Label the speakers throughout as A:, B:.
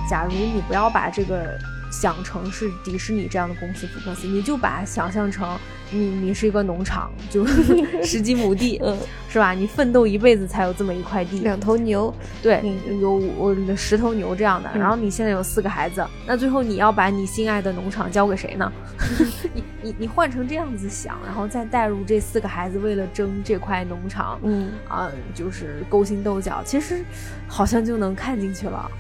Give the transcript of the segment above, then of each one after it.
A: 假如你不要把这个想成是迪士尼这样的公司福克斯，你就把它想象成你是一个农场，就10几亩地是吧？你奋斗一辈子才有这么一块地
B: ，2头牛，
A: 对，有10头牛这样的，然后你现在有4个孩子，那最后你要把你心爱的农场交给谁呢？你换成这样子想，然后再带入这4个孩子为了争这块农场，就是勾心斗角，其实好像就能看进去了。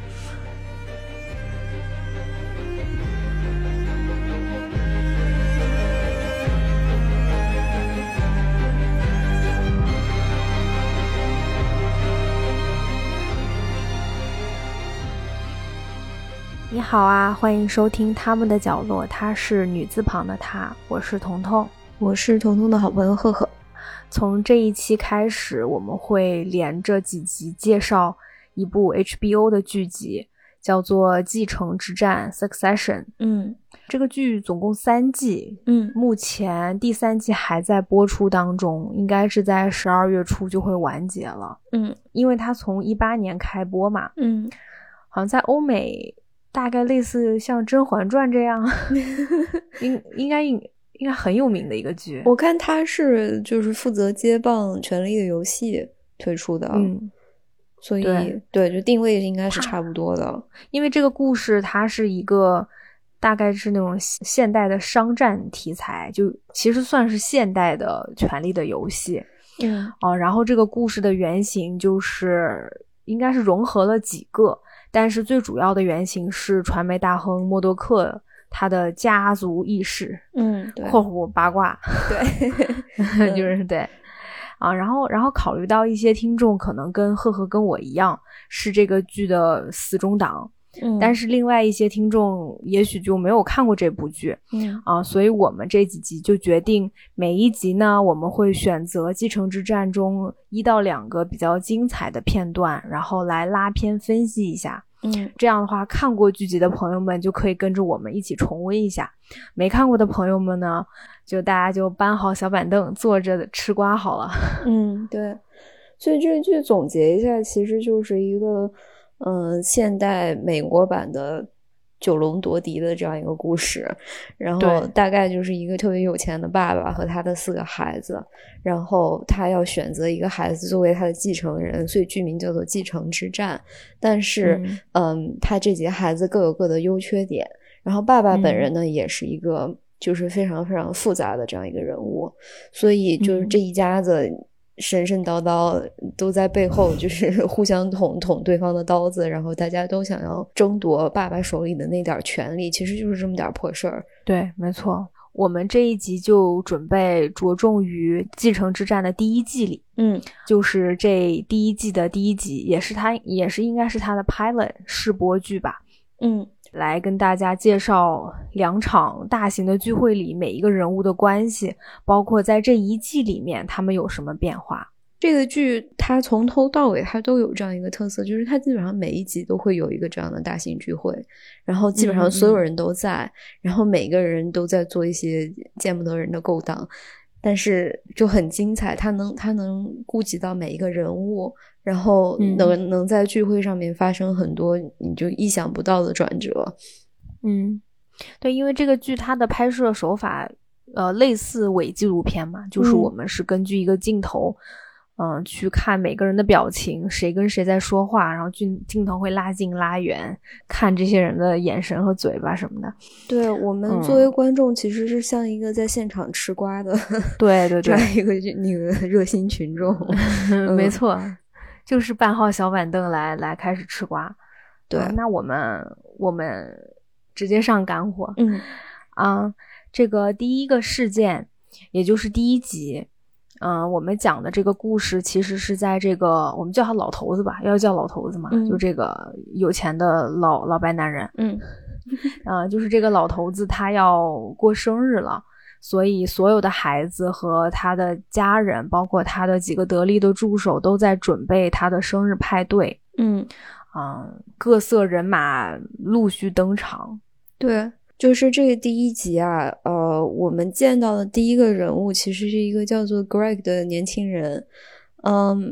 A: 你好啊，欢迎收听他们的角落，她是女字旁的她，我是彤彤，
B: 我是彤彤的好朋友赫赫。
A: 从这一期开始，我们会连着几集介绍一部 HBO 的剧集，叫做《继承之战》 Succession。这个剧总共3季，目前第3季还在播出当中，应该是在12月初就会完结了。因为它从18年开播嘛，好像在欧美大概类似像《甄嬛传》这样应该很有名的一个剧。
B: 我看它是就是负责接棒《权力的游戏》推出的，所以对，就定位应该是差不多的。
A: 因为这个故事它是一个大概是那种现代的商战题材，就其实算是现代的《权力的游戏》。然后这个故事的原型就是应该是融合了几个，但是最主要的原型是传媒大亨默多克他的家族轶事，括弧八卦，
B: 对
A: 就是对然后考虑到一些听众可能跟赫赫跟我一样是这个剧的死忠党，但是另外一些听众也许就没有看过这部剧，所以我们这几集就决定每一集呢，我们会选择继承之战中1到2个比较精彩的片段，然后来拉片分析一下。这样的话看过剧集的朋友们就可以跟着我们一起重温一下，没看过的朋友们呢，就大家就搬好小板凳坐着吃瓜好了。
B: 对，所以这个剧总结一下其实就是一个现代美国版的九龙夺嫡的这样一个故事，然后大概就是一个特别有钱的爸爸和他的4个孩子，然后他要选择一个孩子作为他的继承人，所以剧名叫做继承之战。但是他这几个孩子各有各的优缺点，然后爸爸本人呢也是一个就是非常非常复杂的这样一个人物，所以就是这一家子神神叨叨都在背后就是互相捅对方的刀子，然后大家都想要争夺爸爸手里的那点权利，其实就是这么点破事儿。对，没错。我们这一集就准备着重于继承之战的第1季里，就是这第1季的第1集，也是应该是它的 pilot 试播剧吧。来跟大家介绍2场大型的聚会里每一个人物的关系，包括在这1季里面他们有什么变化。 这个剧它从头到尾它都有这样一个特色，就是它基本上每一集都会有一个这样的大型聚会，然后基本上所有人都在，然后每个人都在做一些见不得人的勾当，但是就很精彩，他能顾及到每一个人物，然后能在聚会上面发生很多你就意想不到的转折。
A: 对，因为这个剧它的拍摄手法类似伪纪录片嘛，就是我们是根据一个镜头去看每个人的表情，谁跟谁在说话，然后镜头会拉近拉远，看这些人的眼神和嘴巴什么的。
B: 对，我们作为观众其实是像一个在现场吃瓜的
A: 对
B: 这样一个那个热心群众
A: 没错，就是搬好小板凳来开始吃瓜。对，那我们直接上干货。这个第一个事件也就是第1集，我们讲的这个故事其实是在这个我们叫他老头子吧，要叫老头子嘛，就这个有钱的老白男人。就是这个老头子他要过生日了，所以所有的孩子和他的家人包括他的几个得力的助手都在准备他的生日派对。各色人马陆续登场。
B: 对，就是这个第1集啊，我们见到的第一个人物其实是一个叫做 Greg 的年轻人。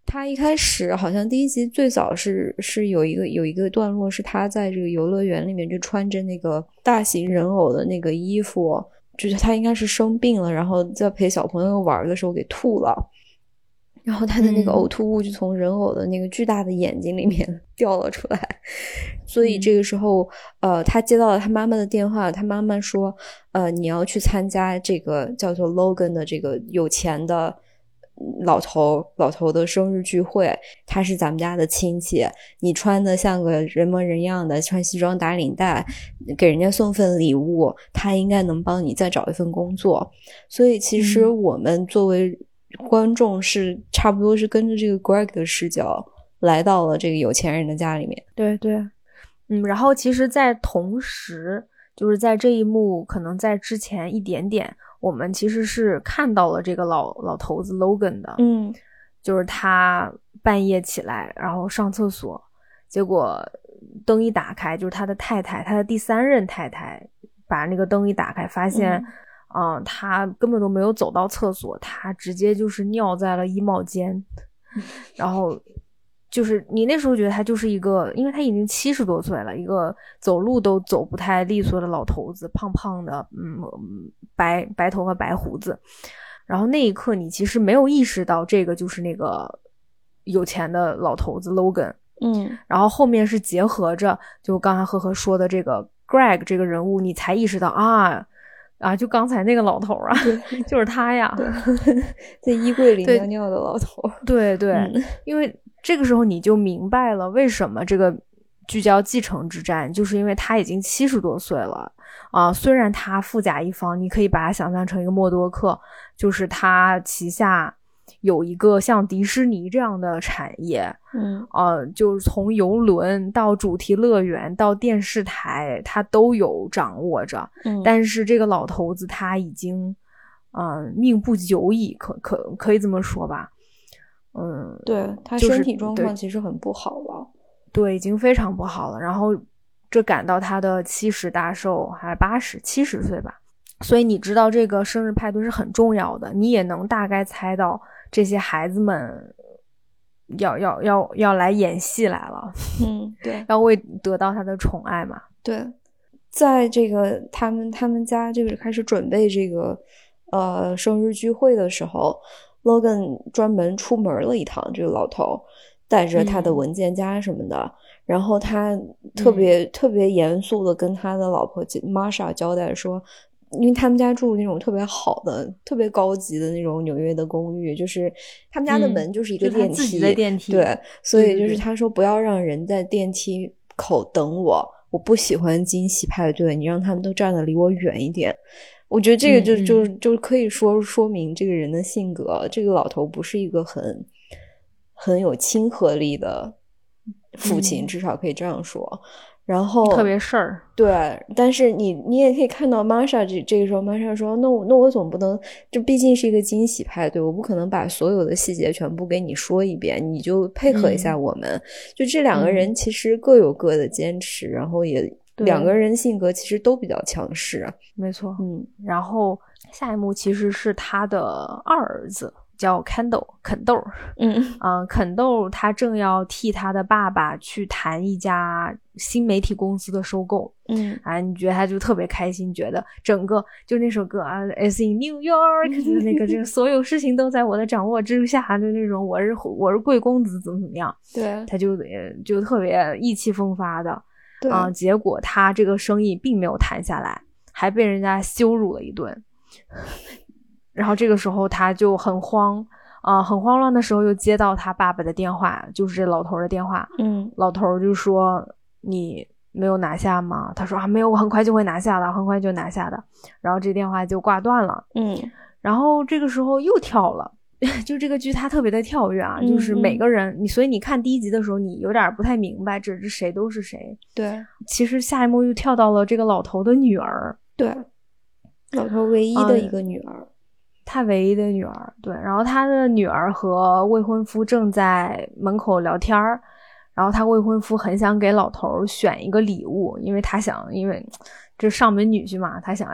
B: 他一开始好像第一集最早是有一个段落是他在这个游乐园里面就穿着那个大型人偶的那个衣服，就是他应该是生病了，然后在陪小朋友玩的时候给吐了，然后他的那个呕吐物就从人偶的那个巨大的眼睛里面掉了出来，所以这个时候他接到了他妈妈的电话，他妈妈说你要去参加这个叫做 Logan 的这个有钱的老头的生日聚会，他是咱们家的亲戚，你穿的像个人模人样的，穿西装打领带，给人家送份礼物，他应该能帮你再找一份工作。所以其实我们作为观众是差不多是跟着这个 Greg 的视角来到了这个有钱人的家里面。
A: 对对，然后其实在同时，就是在这一幕可能在之前一点点，我们其实是看到了这个老头子 Logan 的，就是他半夜起来然后上厕所，结果灯一打开，就是他的太太，他的第3任太太把那个灯一打开，发现他根本都没有走到厕所，他直接就是尿在了衣帽间，然后就是你那时候觉得他就是一个，因为他已经70多岁了，一个走路都走不太利索的老头子，胖胖的，白头发白胡子，然后那一刻你其实没有意识到这个就是那个有钱的老头子 Logan，然后后面是结合着就刚才呵呵说的这个 Greg 这个人物，你才意识到就刚才那个老头啊，就是他呀，
B: 在衣柜里尿尿的老头。
A: 对对，因为这个时候你就明白了为什么这个剧叫继承之战，就是因为他已经70多岁了虽然他富甲一方，你可以把他想象成一个默多克，就是他旗下有一个像迪士尼这样的产业，就是从游轮到主题乐园到电视台，他都有掌握着。但是这个老头子他已经命不久矣，可以这么说吧。
B: 对，他身体状况其实很不好了。
A: 对，已经非常不好了。然后这赶到他的70大寿，还70岁吧。所以你知道这个生日派对是很重要的，你也能大概猜到这些孩子们要来演戏来了。
B: 对，
A: 要为得到他的宠爱嘛。
B: 对，在这个他们家这个开始准备这个生日聚会的时候，Logan 专门出门了一趟，这个老头带着他的文件夹什么的，然后他特别严肃的跟他的老婆 Marsha 交代说，因为他们家住那种特别好的特别高级的那种纽约的公寓，就是他们家的门就是一个电梯，
A: 自己的电梯，
B: 对，所以就是他说不要让人在电梯口等我不喜欢惊喜派对，你让他们都站得离我远一点。我觉得这个就可以说明这个人的性格，这个老头不是一个很有亲和力的父亲，至少可以这样说。然后
A: 特别事儿，
B: 对，但是你也可以看到 Marsha 这个时候 Marsha 说那我总不能，这毕竟是一个惊喜派对，我不可能把所有的细节全部给你说一遍，你就配合一下我们。就这两个人其实各有各的坚持，然后也两个人性格其实都比较强势。
A: 没错。然后下一幕其实是他的二儿子叫肯豆，肯豆他正要替他的爸爸去谈一家新媒体公司的收购。你觉得他就特别开心，觉得整个就那首歌It's in New York 就是那个就所有事情都在我的掌握之下，就那种我是贵公子怎么样。
B: 对，
A: 他就特别意气风发的。结果他这个生意并没有谈下来，还被人家羞辱了一顿。然后这个时候他就很慌乱的时候又接到他爸爸的电话，就是这老头的电话。老头就说你没有拿下吗？他说没有，我很快就会拿下的，很快就拿下的。然后这电话就挂断了。然后这个时候又跳了，就这个剧它特别的跳跃就是每个人所以你看第一集的时候你有点不太明白这谁都是谁。
B: 对，
A: 其实下一幕又跳到了这个老头的女儿。
B: 对，老头唯一的一个女儿。
A: 他唯一的女儿。对，然后他的女儿和未婚夫正在门口聊天儿，然后他未婚夫很想给老头选一个礼物，因为这上门女婿嘛，他想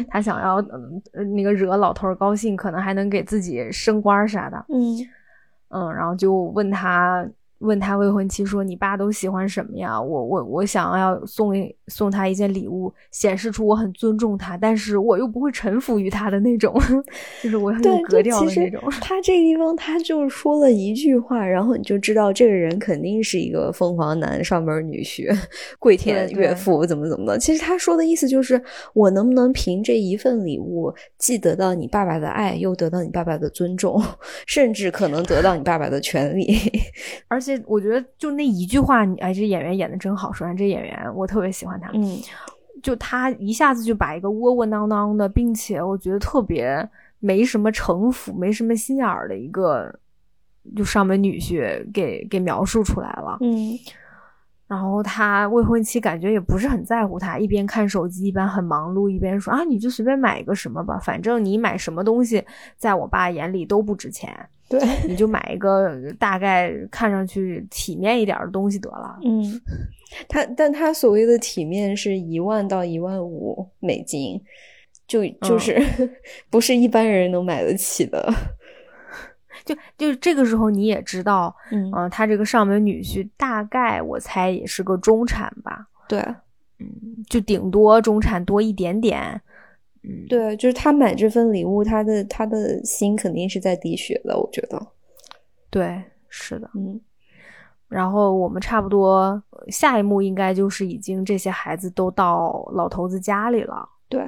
A: 要那个惹老头高兴，可能还能给自己升官啥的。 然后就问他未婚妻说你爸都喜欢什么呀，我想要送他一件礼物，显示出我很尊重他，但是我又不会臣服于他的那种就是我很有格调的那种。
B: 他这个地方他就说了一句话，然后你就知道这个人肯定是一个凤凰男上门女婿跪舔岳父怎么的。其实他说的意思就是我能不能凭这一份礼物既得到你爸爸的爱，又得到你爸爸的尊重，甚至可能得到你爸爸的权利。
A: 而且我觉得就那一句话，这演员演的真好。首先这演员我特别喜欢他，就他一下子就把一个窝窝囊囊的，并且我觉得特别没什么城府没什么心眼儿的一个就上门女婿给描述出来了。然后他未婚妻感觉也不是很在乎他，一边看手机一边很忙碌，一边说啊你就随便买一个什么吧，反正你买什么东西在我爸眼里都不值钱，
B: 对，
A: 你就买一个大概看上去体面一点的东西得了。
B: 但他所谓的体面是10000到15000美金，就是不是一般人能买得起的。
A: 就这个时候你也知道，他这个上门女婿大概我猜也是个中产吧。
B: 对，
A: 就顶多中产多一点点。
B: 对，就是他买这份礼物，他的心肯定是在滴血的，我觉得。
A: 对，是的。然后我们差不多下一幕应该就是已经这些孩子都到老头子家里了。
B: 对。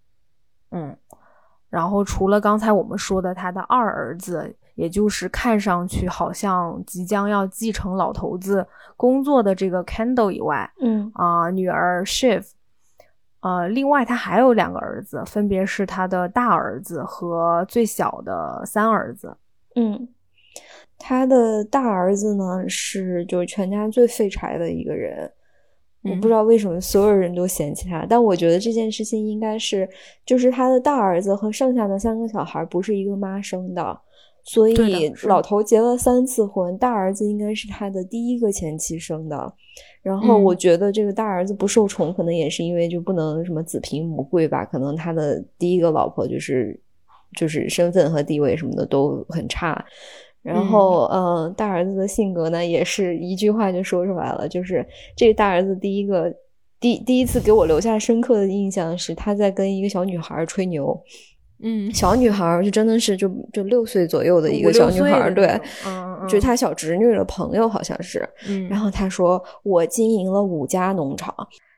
A: 然后除了刚才我们说的他的二儿子，也就是看上去好像即将要继承老头子工作的这个 Kendall 以外，女儿 Shiv，另外他还有2个儿子，分别是他的大儿子和最小的3儿子。
B: 他的大儿子呢是就是全家最废柴的一个人。我不知道为什么所有人都嫌弃他，但我觉得这件事情应该是就是他的大儿子和剩下的3个小孩不是一个妈生的，所以老头结了3次婚，大儿子应该是他的第1个前妻生的。然后我觉得这个大儿子不受宠，可能也是因为就不能什么子凭母贵吧，可能他的第1个老婆就是身份和地位什么的都很差。然后大儿子的性格呢也是一句话就说出来了，就是这个大儿子第一次给我留下深刻的印象是他在跟一个小女孩吹牛。小女孩就真的是就6岁左右的一个小女孩，对，就是他小侄女的朋友好像是。然后他说我经营了5家农场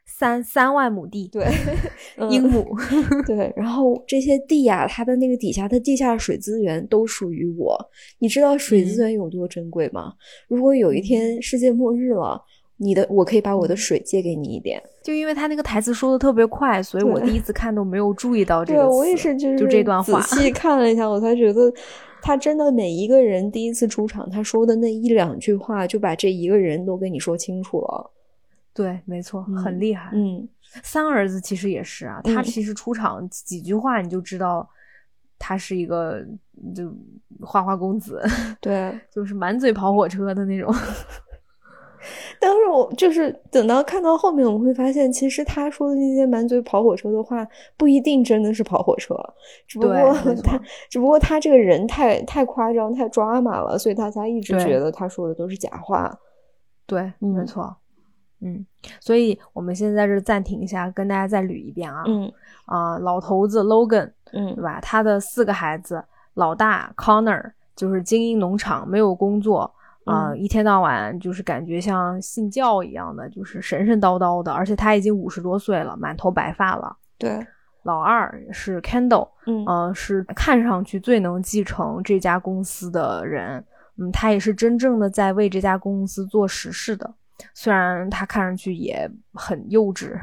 A: ，3万亩地，
B: 对，
A: 英亩，
B: 对，然后这些地啊，它的那个底下的地下水资源都属于我。你知道水资源有多珍贵吗？如果有一天世界末日了，我可以把我的水借给你一点。
A: 就因为他那个台词说的特别快，所以我第一次看都没有注意到这个词。
B: 对，我也是，就
A: 这段话
B: 仔细看了一下，我才觉得他真的每一个人第一次出场，他说的那1-2句话就把这一个人都跟你说清楚了。
A: 对，没错，很厉害。3儿子其实也是啊，他其实出场几句话你就知道他是一个就花花公子，
B: 对，
A: 就是满嘴跑火车的那种。
B: 但是我就是等到看到后面，我们会发现，其实他说的那些满嘴跑火车的话，不一定真的是跑火车，只不过他这个人太夸张、太抓马了，所以大家一直觉得他说的都是假话。
A: 对，没错。所以我们现在这暂停一下，跟大家再捋一遍啊。老头子 Logan，对吧？他的4个孩子，老大 Connor 就是经营农场，没有工作。一天到晚就是感觉像信教一样的，就是神神叨叨的，而且他已经50多岁了，满头白发了。
B: 对，
A: 老二是 Kendall，是看上去最能继承这家公司的人，他也是真正的在为这家公司做实事的，虽然他看上去也很幼稚。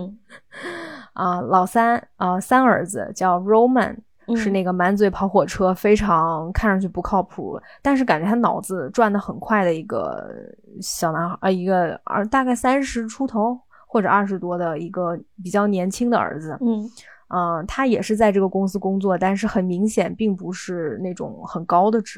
A: 老三儿子叫 Roman，是那个满嘴跑火车，非常看上去不靠谱，但是感觉他脑子转得很快的一个小男孩，一个大概30出头或者20多的一个比较年轻的儿子。他也是在这个公司工作，但是很明显并不是那种很高的职位，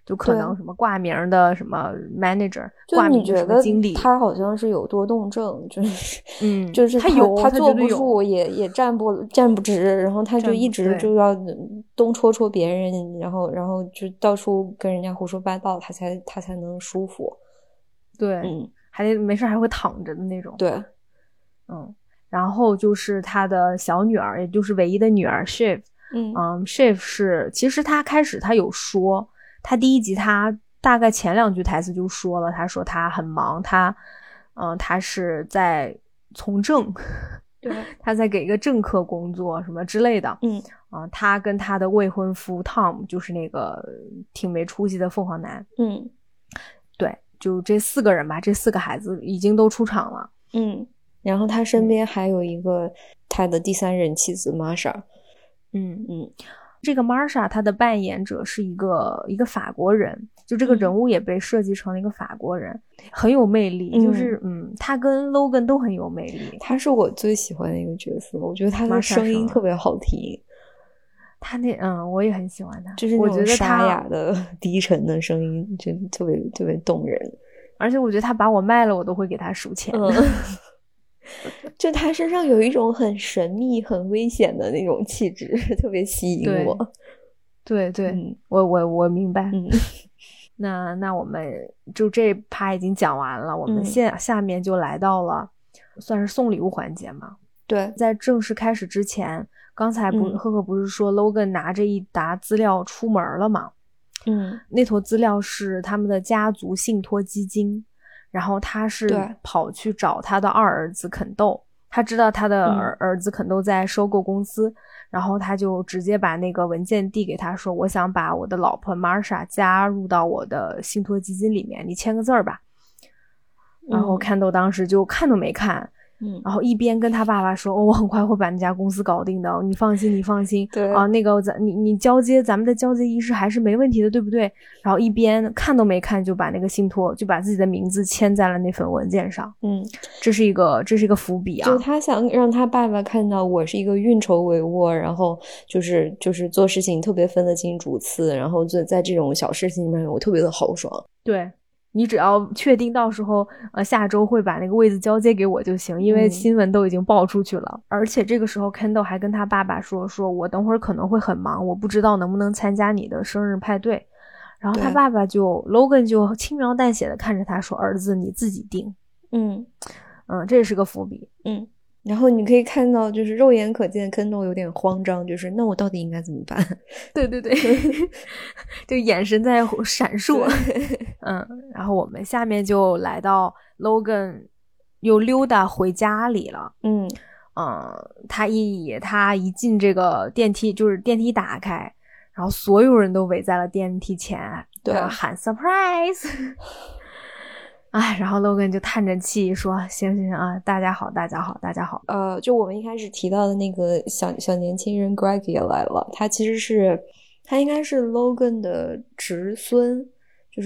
A: 就可能什么挂名的什么 manager， 挂名的什么经理。
B: 他好像是有多动症，就是
A: 就是他
B: 坐不住，也站不直，然后他就一直就要东戳别人，然后就到处跟人家胡说八道，他才能舒服。
A: 对，还得没事还会躺着的那种。
B: 对，
A: 然后就是他的小女儿，也就是唯一的女儿 Shiv。Shiv 是，其实他开始他有说，他第一集他大概前2句台词就说了，他说他很忙，他是在从政，
B: 对，
A: 他在给一个政客工作什么之类的。他跟他的未婚夫 Tom 就是那个挺没出息的凤凰男。对，就这4个人吧，这4个孩子已经都出场了。
B: 然后他身边还有一个他的第3任妻子 Marsha。
A: 这个 Marsha 她的扮演者是一个法国人，就这个人物也被设计成了一个法国人，很有魅力。就是他跟 Logan 都很有魅力。
B: 他是我最喜欢的一个角色，我觉得他的声音特别好听。
A: 他我也很喜欢他，
B: 就是那种沙哑的低沉的声音，就特别动人。
A: 而且我觉得他把我卖了，我都会给他数钱。
B: 就他身上有一种很神秘很危险的那种气质，特别吸引我。
A: 对，我明白。那我们就这趴已经讲完了，我们下面就来到了算是送礼物环节嘛。
B: 对，
A: 在正式开始之前，刚才赫赫不是说 Logan 拿着一沓资料出门了吗？那坨资料是他们的家族信托基金，然后他是跑去找他的2儿子肯豆，他知道他的儿子肯豆在收购公司，然后他就直接把那个文件递给他，说我想把我的老婆 Marsha 加入到我的信托基金里面，你签个字儿吧。然后肯豆当时就看都没看，然后一边跟他爸爸说我很快会把那家公司搞定的，你放心。
B: 对
A: 那个你交接咱们的交接仪式还是没问题的，对不对？然后一边看都没看就把那个信托就把自己的名字签在了那份文件上。这是一个伏笔啊，
B: 就他想让他爸爸看到我是一个运筹帷幄，然后就是做事情特别分得清主次，然后在这种小事情里面我特别的豪爽。
A: 对，你只要确定到时候下周会把那个位子交接给我就行，因为新闻都已经爆出去了。而且这个时候 Kendall 还跟他爸爸说我等会儿可能会很忙，我不知道能不能参加你的生日派对。然后他爸爸Logan 就轻描淡写的看着他说，儿子你自己定。这是个伏笔。
B: 然后你可以看到就是肉眼可见 Kendall 有点慌张，就是那我到底应该怎么办？
A: 对就眼神在闪烁。然后我们下面就来到 Logan 又溜达回家里了。他一进这个电梯，就是电梯打开，然后所有人都围在了电梯前，
B: 对，
A: 喊 surprise。然后 Logan 就叹着气说行啊，大家好。
B: 就我们一开始提到的那个小年轻人 Greg 也来了，他应该是 Logan 的侄孙，就是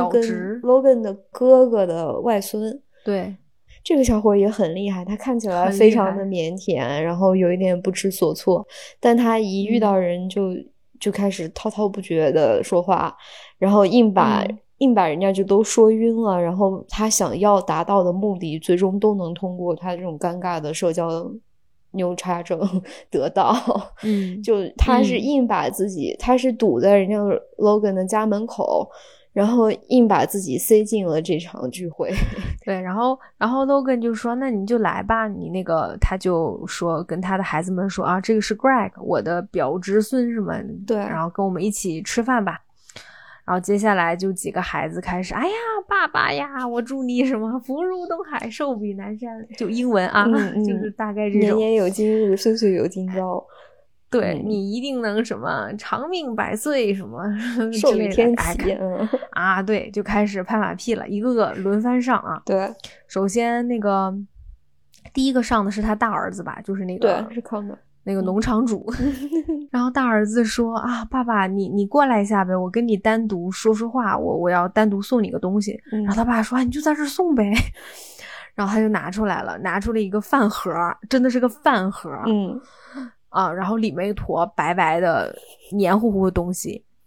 B: Logan 的哥哥的外孙。
A: 对，
B: 这个小伙也很厉害，他看起来非常的腼腆，然后有一点不知所措，但他一遇到人就开始滔滔不绝的说话，然后硬把人家就都说晕了，然后他想要达到的目的最终都能通过他这种尴尬的社交牛叉症得到。就他是硬把自己他是堵在人家 Logan 的家门口，然后硬把自己塞进了这场聚会。
A: 对，然后 Logan 就说那你就来吧，你那个他就说跟他的孩子们说这个是 Greg 我的表侄孙什么，
B: 对，
A: 然后跟我们一起吃饭吧。然后接下来就几个孩子开始哎呀爸爸呀，我祝你什么福如东海寿比南山，就英文就是大概这种
B: 年年有今日岁岁有今朝，
A: 对，你一定能什么长命百岁什么
B: 寿比天齐。
A: 对，就开始拍马屁了，一个个轮番上啊。
B: 对，
A: 首先那个第一个上的是他大儿子吧，就是那个
B: 对，是康的
A: 那个农场主。然后大儿子说爸爸你过来一下呗，我跟你单独说说话，我要单独送你个东西。然后他爸说你就在这送呗。然后他就拿出了一个饭盒，真的是个饭盒。然后里面一坨白白的黏糊糊的东西，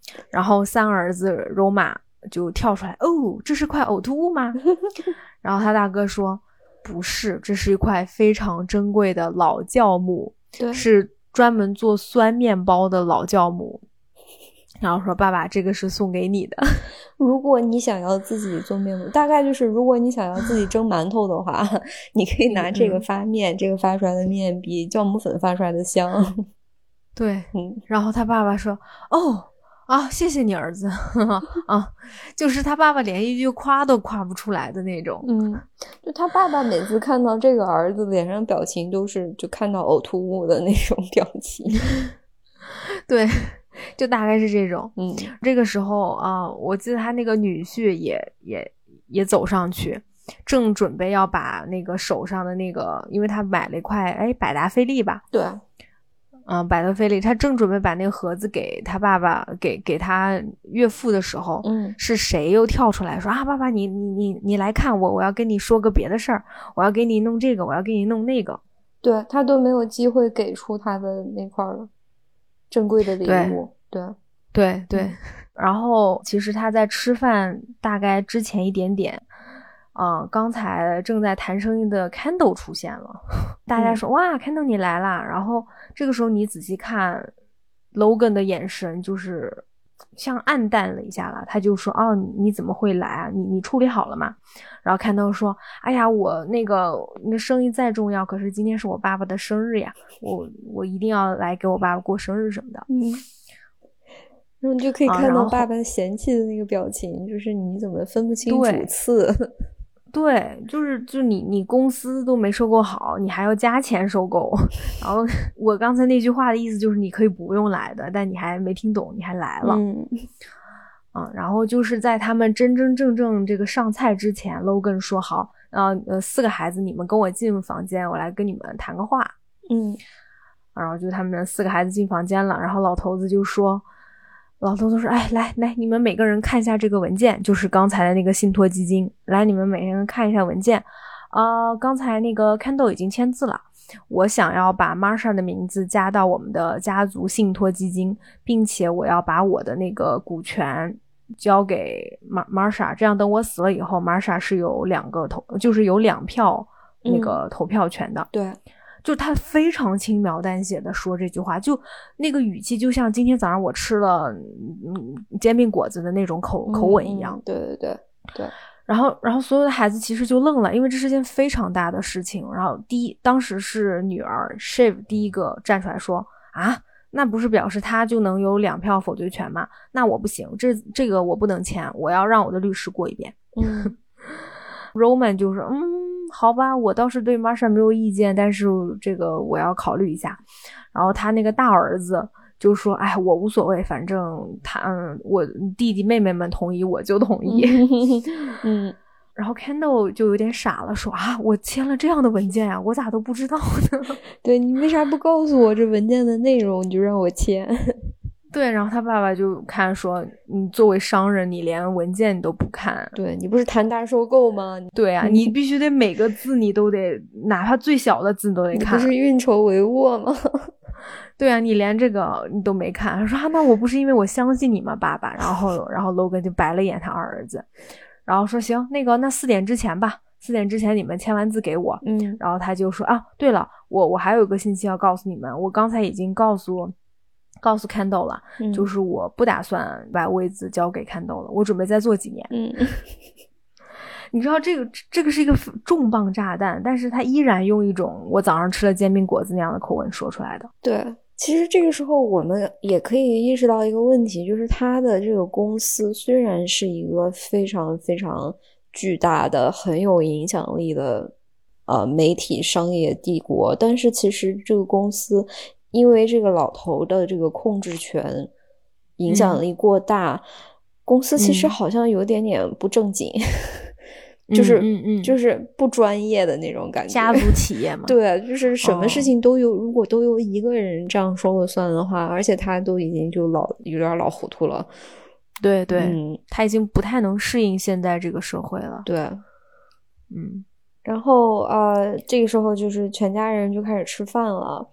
A: 然后三儿子柔玛就跳出来，哦，这是块呕吐物吗？然后他大哥说不是，这是一块非常珍贵的老酵母，是专门做酸面包的老酵母。然后说爸爸，这个是送给你的。
B: 如果你想要自己做面包，大概就是如果你想要自己蒸馒头的话，你可以拿这个发面，这个发出来的面比酵母粉发出来的香。
A: 对，然后他爸爸说哦啊，谢谢你儿子啊，就是他爸爸连一句夸都夸不出来的那种。
B: 就他爸爸每次看到这个儿子脸上表情都是就看到呕吐物的那种表情。
A: 对，就大概是这种。这个时候我记得他那个女婿也走上去，正准备要把那个手上的那个，因为他买了一块百达翡丽吧。
B: 对。
A: 百达翡丽，他正准备把那个盒子给他爸爸给他岳父的时候，是谁又跳出来说啊，爸爸你来看我要跟你说个别的事儿，我要给你弄这个，我要给你弄那个。
B: 对，他都没有机会给出他的那块珍贵的礼物。对。
A: 然后其实他在吃饭大概之前一点点，刚才正在谈生意的 Kendall 出现了，大家说哇 Kendall 你来啦。然后这个时候你仔细看 Logan 的眼神就是像暗淡了一下了，他就说哦你怎么会来啊，你处理好了吗？然后 Kendall 说哎呀我那个生意再重要，可是今天是我爸爸的生日呀，我一定要来给我爸爸过生日什么的。
B: 然后你就可以看到爸爸嫌弃的那个表情，就是你怎么分不清主次。
A: 对，就你公司都没收购好，你还要加钱收购。然后我刚才那句话的意思就是你可以不用来的，但你还没听懂，你还来了。然后就是在他们真真正正这个上菜之前 ，Logan 说好，4个孩子你们跟我进房间，我来跟你们谈个话。然后就他们4个孩子进房间了，然后老头子说哎来你们每个人看一下这个文件，就是刚才的那个信托基金，来你们每个人看一下文件。刚才那个 Kendall 已经签字了，我想要把 Marsha 的名字加到我们的家族信托基金，并且我要把我的那个股权交给 Marsha， 这样等我死了以后 Marsha 是有就是有2票那个投票权的。
B: 对，
A: 就他非常轻描淡写的说这句话，就那个语气就像今天早上我吃了煎饼果子的那种口吻一样。
B: 对。
A: 然后所有的孩子其实就愣了，因为这是件非常大的事情。然后当时是女儿 Shiv 第一个站出来说啊，那不是表示他就能有2票否决权吗？那我不行，这个我不能签，我要让我的律师过一遍。Roman 就说好吧，我倒是对 Marsha 没有意见，但是这个我要考虑一下。然后他那个大儿子就说哎，我无所谓，反正我弟弟妹妹们同意我就同意。然后 Kendall 就有点傻了，说啊，我签了这样的文件啊，我咋都不知道呢？
B: 对，你为啥不告诉我这文件的内容，你就让我签？
A: 对，然后他爸爸就看说，你作为商人，你连文件你都不看，
B: 对，你不是谈大收购吗？
A: 对啊，你必须得每个字你都得，哪怕最小的字你都得看。
B: 你不是运筹帷幄吗？
A: 对啊，你连这个你都没看。他说那我不是因为我相信你吗，爸爸？然后 Logan 就白了眼他儿子，然后说行，那4点之前吧，4点之前你们签完字给我。然后他就说啊，对了，我还有一个信息要告诉你们，我刚才已经告诉 Kendall 了，就是我不打算把位子交给 Kendall 了，我准备再做几年。你知道这个是一个重磅炸弹，但是他依然用一种我早上吃了煎饼果子那样的口吻说出来的。
B: 对，其实这个时候我们也可以意识到一个问题，就是他的这个公司虽然是一个非常非常巨大的很有影响力的媒体商业帝国，但是其实这个公司因为这个老头的这个控制权影响力过大，公司其实好像有点点不正经。就是不专业的那种感觉，
A: 家族企业嘛。
B: 对，就是什么事情都有，如果都由一个人这样说了算的话，而且他都已经就有点老糊涂了。
A: 对，他已经不太能适应现在这个社会了。
B: 对，然后这个时候就是全家人就开始吃饭了。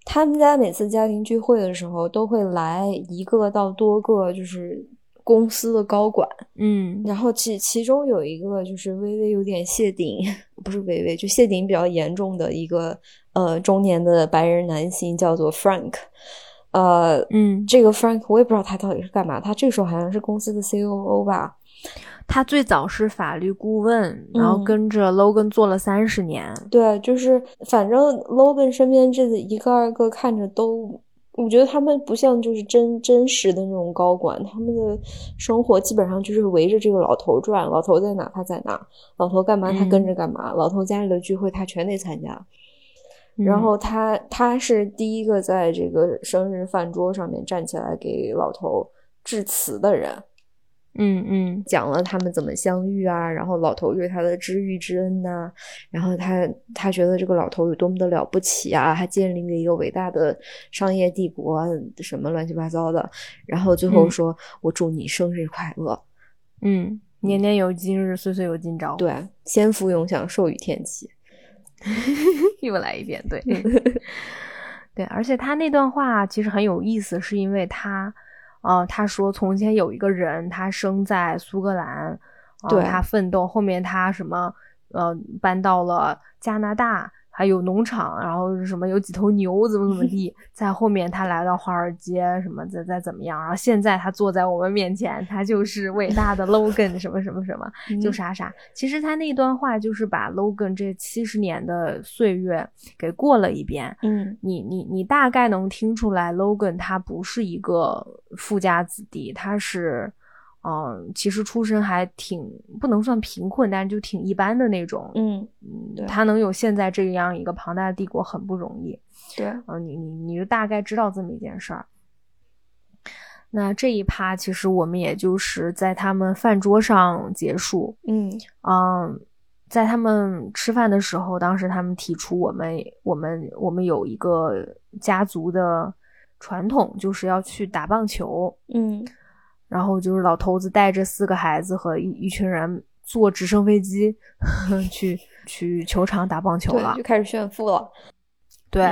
B: 他们家每次家庭聚会的时候都会来1个到多个就是公司的高管，然后其中有一个就是微微有点谢顶，不是微微，就谢顶比较严重的一个中年的白人男性，叫做 Frank。这个 Frank 我也不知道他到底是干嘛，他这个时候好像是公司的 COO 吧。
A: 他最早是法律顾问，然后跟着 Logan 做了30年。
B: 对，就是反正 Logan 身边这一个二个看着都，我觉得他们不像就是真实的那种高管，他们的生活基本上就是围着这个老头转，老头在哪他在哪，老头干嘛他跟着干嘛，老头家里的聚会他全得参加。然后他是第一个在这个生日饭桌上面站起来给老头致辞的人。讲了他们怎么相遇啊，然后老头对他的知遇之恩啊，然后他觉得这个老头有多么的了不起啊，他建立了一个伟大的商业帝国啊，什么乱七八糟的，然后最后说我祝你生日快乐。
A: 年年有今日，岁岁有今朝。
B: 对，先福永享，寿与天齐。
A: 又来一遍。对对，而且他那段话其实很有意思，是因为他说从前有一个人，他生在苏格兰，他奋斗，后面他什么搬到了加拿大，还有农场，然后什么有几头牛怎么地，在后面他来到华尔街什么再怎么样，然后现在他坐在我们面前，他就是伟大的 Logan 什么什么什么就啥啥。其实他那段话就是把 Logan 这70年的岁月给过了一遍。你大概能听出来 Logan 他不是一个富家子弟，他是其实出身还挺不能算贫困，但是就挺一般的那种。他能有现在这样一个庞大的帝国很不容易。
B: 对，
A: 你就大概知道这么一件事儿。那这一趴其实我们也就是在他们饭桌上结束。在他们吃饭的时候，当时他们提出我们有一个家族的传统，就是要去打棒球。然后就是老头子带着4个孩子和一群人坐直升飞机去球场打棒球了，
B: 对，就开始炫富了。
A: 对，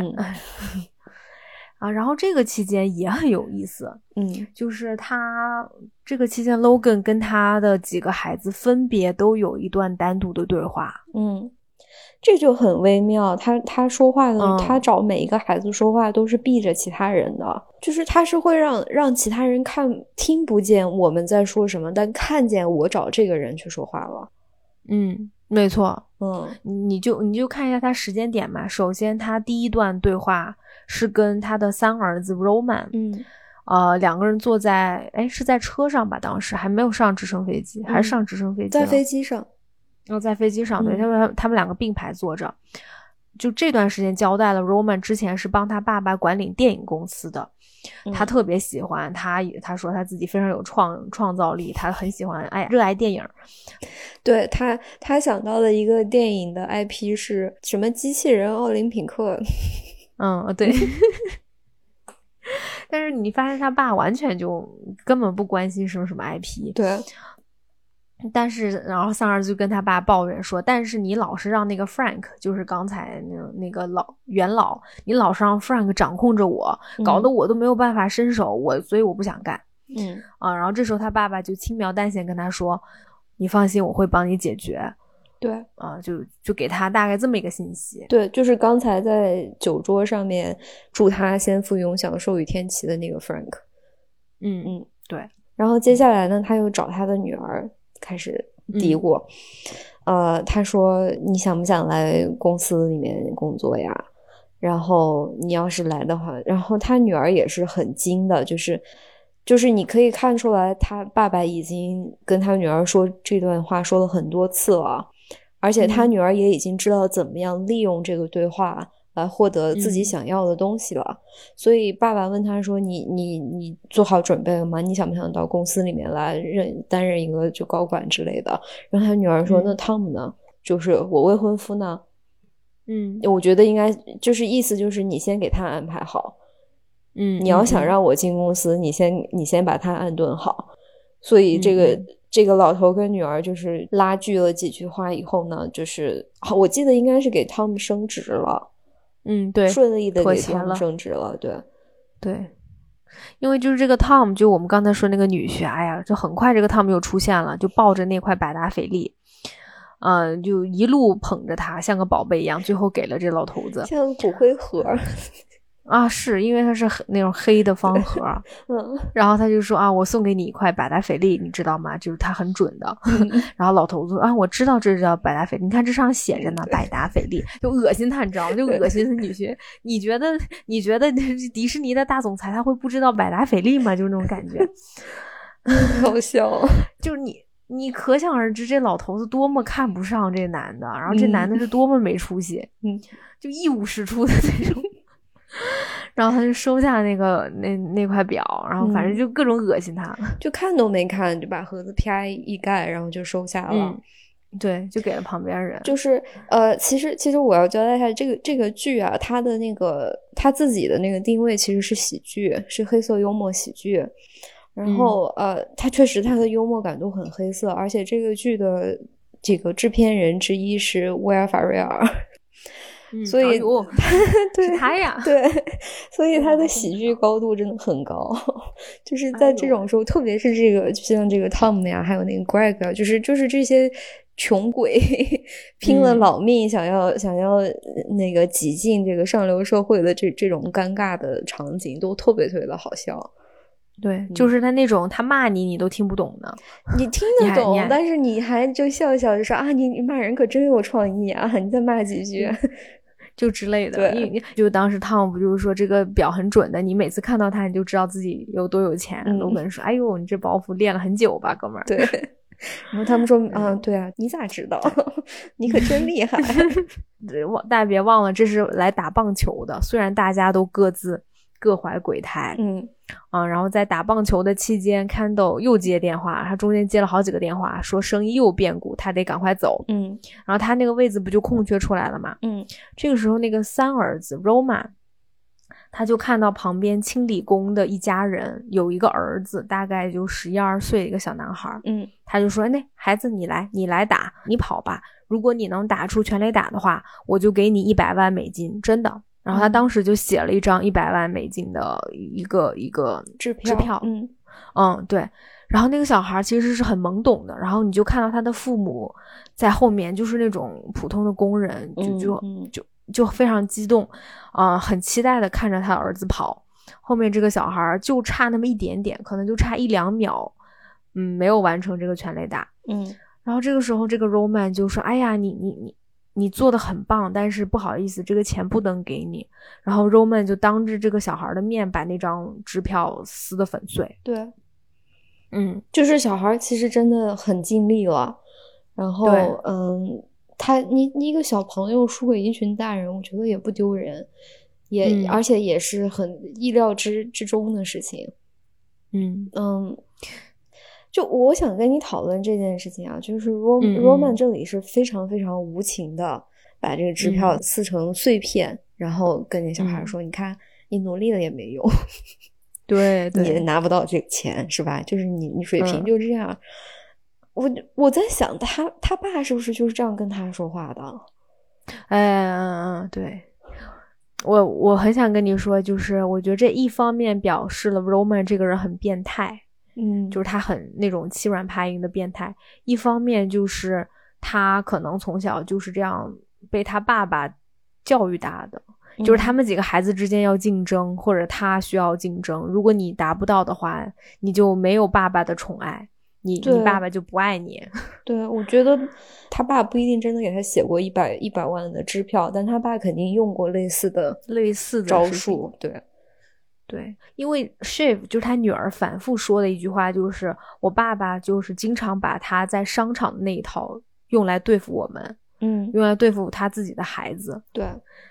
A: 然后这个期间也很有意思。就是他这个期间 Logan 跟他的几个孩子分别都有一段单独的对话。
B: 这就很微妙，他说话的，他找每一个孩子说话都是避着其他人的，就是他是会让其他人听不见我们在说什么，但看见我找这个人去说话了。
A: 没错。你就看一下他时间点吧。首先他第一段对话是跟他的3儿子 Roman。2个人坐在是在车上吧，当时还没有上直升飞机，还是上直升飞机
B: 在飞机上。
A: 在飞机上，对，他们2个并排坐着。就这段时间交代了 Roman 之前是帮他爸爸管理电影公司的。他特别喜欢，他说他自己非常有创造力，他很喜欢热爱电影。
B: 对，他想到的一个电影的 IP 是什么机器人奥林匹克。
A: 对。但是你发现他爸完全就根本不关心什么 IP。
B: 对。
A: 但是然后3儿子就跟他爸抱怨说，但是你老是让那个 Frank， 就是刚才那个元老，你老是让 Frank 掌控着我，搞得我都没有办法伸手，所以我不想干。然后这时候他爸爸就轻描淡写跟他说，你放心，我会帮你解决。
B: 对，
A: 就给他大概这么一个信息。
B: 对，就是刚才在酒桌上面祝他先福永享，寿与天齐的那个 Frank。
A: 对。
B: 然后接下来呢，他又找他的女儿开始嘀咕。他说你想不想来公司里面工作呀？然后你要是来的话，然后他女儿也是很精的，就是你可以看出来他爸爸已经跟他女儿说这段话说了很多次了，而且他女儿也已经知道怎么样利用这个对话来获得自己想要的东西了。所以爸爸问他说你做好准备了吗？你想不想到公司里面来担任一个就高管之类的？然后他女儿说那汤姆呢？就是我未婚夫呢？我觉得应该就是意思就是你先给他安排好。你要想让我进公司，你先把他安顿好。所以这个老头跟女儿就是拉锯了几句话以后呢，就是我记得应该是给汤姆升职了。
A: 对，
B: 顺利的
A: 妥协了，
B: 升职了，
A: 对，因为就是这个 Tom， 就我们刚才说那个女婿，哎呀，就很快这个 Tom 又出现了，就抱着那块百达翡丽，就一路捧着他，像个宝贝一样，最后给了这老头子，
B: 像骨灰盒。
A: 啊，是因为它是那种黑的方盒，然后他就说啊，我送给你一块百达翡丽，你知道吗？就是它很准的。然后老头子说啊，我知道这叫百达翡丽，你看这上写着呢，百达翡丽，就恶心他，你知道吗？就恶心他女婿。你觉得迪士尼的大总裁他会不知道百达翡丽吗？就是那种感觉，
B: 好笑。
A: 就是你可想而知，这老头子多么看不上这男的，然后这男的是多么没出息，就一无是处的那种。然后他就收下那块表，然后反正就各种恶心他，
B: 就看都没看就把盒子啪一盖，然后就收下了。
A: 对，就给了旁边人。
B: 就是其实我要交代一下，这个剧啊，它的它自己的那个定位其实是喜剧，是黑色幽默喜剧。然后它确实它的幽默感都很黑色，而且这个剧的这个制片人之一是威尔法瑞尔。所以
A: 对他呀，
B: 对，所以他的喜剧高度真的很高，就是在这种时候，特别是这个，就像这个 Tom 呀，还有那个 Greg 啊，就是这些穷鬼拼了老命想要那个挤进这个上流社会的这种尴尬的场景，都特别的好笑。
A: 对，就是他那种他骂你都听不懂的，
B: 你听得懂，但是你还就笑笑就说啊，你骂人可真有创意啊，你再骂几句。
A: 就之类的，对，就当时Tom不就是说这个表很准的，你每次看到它，你就知道自己有多有钱。罗根说：“哎呦，你这包袱练了很久吧，哥们儿。”
B: 对。然后他们说：“对啊，你咋知道？你可真厉害。”
A: 对，大家别忘了，这是来打棒球的。虽然大家都各怀鬼胎，然后在打棒球的期间 ，Kendall 又接电话，他中间接了好几个电话，说生意又变故，他得赶快走。然后他那个位置不就空缺出来了嘛？这个时候那个三儿子 Roman， 他就看到旁边清理工的一家人有一个儿子，大概就11、12岁的一个小男孩。他就说：“那孩子你来打，你跑吧。如果你能打出全垒打的话，我就给你100万美金，真的。”然后他当时就写了一张100万美金的一个支票。对。然后那个小孩其实是很懵懂的，然后你就看到他的父母在后面，就是那种普通的工人，就非常激动，很期待的看着他儿子跑。后面这个小孩就差那么一点点，可能就差1、2秒，没有完成这个全垒打。然后这个时候这个 Roman 就说：“哎呀，你做的很棒，但是不好意思，这个钱不能给你。”然后 Roman 就当着这个小孩的面把那张支票撕得粉碎。
B: 对，就是小孩其实真的很尽力了。然后，你一个小朋友输给一群大人，我觉得也不丢人，而且也是很意料之中的事情。就我想跟你讨论这件事情啊，就是 Roman 这里是非常非常无情的把这个支票撕成碎片，然后跟那小孩说：“你看，你努力了也没用，
A: 对，
B: 你拿不到这个钱，是吧？就是你水平就这样。我在想，他爸是不是就是这样跟他说话的？
A: 对。我很想跟你说，就是我觉得这一方面表示了 Roman 这个人很变态。就是他很那种欺软怕硬的变态，一方面就是他可能从小就是这样被他爸爸教育大的，就是他们几个孩子之间要竞争，或者他需要竞争，如果你达不到的话，你就没有爸爸的宠爱，你爸爸就不爱你。
B: 对，我觉得他爸不一定真的给他写过100万的支票，但他爸肯定用过类似的招数。
A: 对，因为 Shiv 就是他女儿反复说的一句话，就是我爸爸就是经常把他在商场的那一套用来对付我们，用来对付他自己的孩子。
B: 对，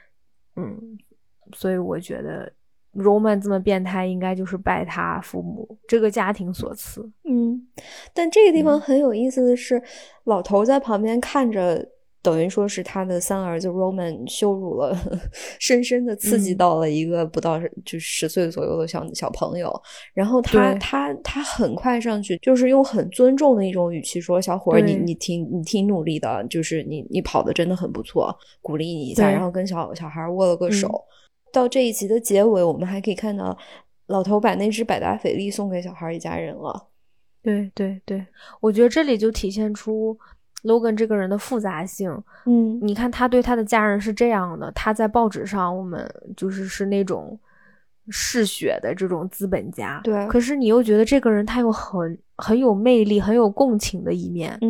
A: 所以我觉得 Roman 这么变态，应该就是拜他父母这个家庭所赐。
B: 但这个地方很有意思的是，老头在旁边看着等于说是他的三儿子 Roman 羞辱了深深的刺激到了一个不到就10岁左右的小朋友，然后他很快上去就是用很尊重的一种语气说，小伙儿你挺努力的，就是你跑得真的很不错，鼓励你一下，然后跟小孩握了个手。到这一集的结尾我们还可以看到老头把那只百达翡丽送给小孩一家人了。
A: 对对对，我觉得这里就体现出 Logan 这个人的复杂性。你看他对他的家人是这样的，他在报纸上我们是那种嗜血的这种资本家，
B: 对，
A: 可是你又觉得这个人他有很有魅力很有共情的一面。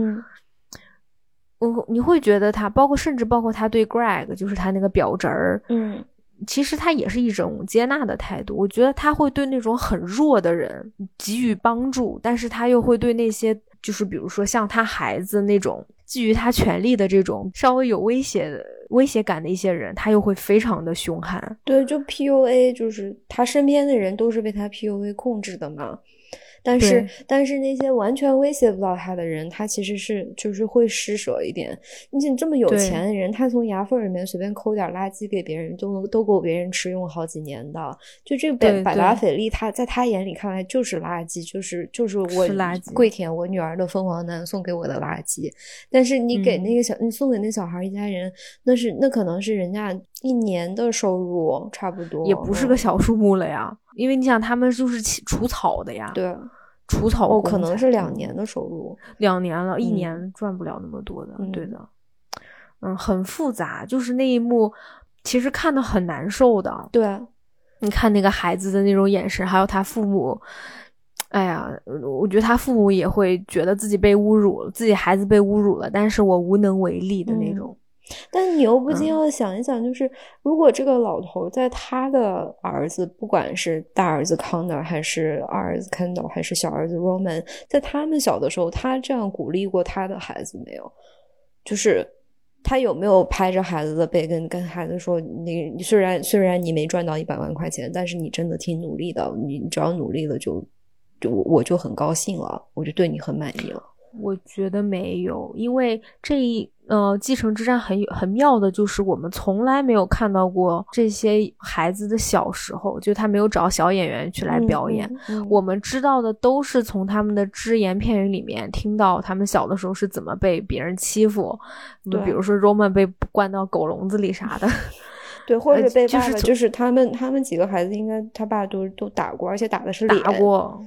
A: 你会觉得他甚至包括他对 Greg 就是他那个表侄儿，其实他也是一种接纳的态度。我觉得他会对那种很弱的人给予帮助，但是他又会对那些就是比如说像他孩子那种基于他权利的这种稍微有威胁感的一些人，他又会非常的凶悍。
B: 对，就 PUA 就是他身边的人都是被他 PUA 控制的嘛。但是那些完全威胁不到他的人，他其实是就是会施舍一点。你这么有钱的人，他从牙缝里面随便抠点垃圾给别人，都够别人吃用好几年的。就这个百达翡丽，他在他眼里看来就是垃圾，就是我跪舔我女儿的凤凰男送给我的垃圾。但是你给那个你送给那小孩一家人，那可能是人家1年的收入差不多，
A: 也不是个小数目了呀。因为你想他们就是除草的呀，
B: 对，
A: 除草
B: 可能是2年的收入
A: ，2年了，1年赚不了那么多的，对的。很复杂，就是那一幕其实看得很难受的。
B: 对，
A: 你看那个孩子的那种眼神，还有他父母，哎呀，我觉得他父母也会觉得自己被侮辱了，自己孩子被侮辱了，但是我无能为力的那种。
B: 但你又不禁要想一想，就是如果这个老头在他的儿子，不管是大儿子 Connor 还是二儿子 Kendall 还是小儿子 Roman， 在他们小的时候，他这样鼓励过他的孩子没有？就是他有没有拍着孩子的背跟孩子说，你虽然你没赚到100万块钱，但是你真的挺努力的，你只要努力了我就很高兴了，我就对你很满意了。
A: 我觉得没有，因为继承之战很妙的就是我们从来没有看到过这些孩子的小时候，就他没有找小演员去来表演。我们知道的都是从他们的只言片语里面听到他们小的时候是怎么被别人欺负，比如说 Roman 被关到狗笼子里啥的。
B: 对，或者被爸爸就是他们几个孩子应该他爸都打过，而且打的是脸。
A: 打过。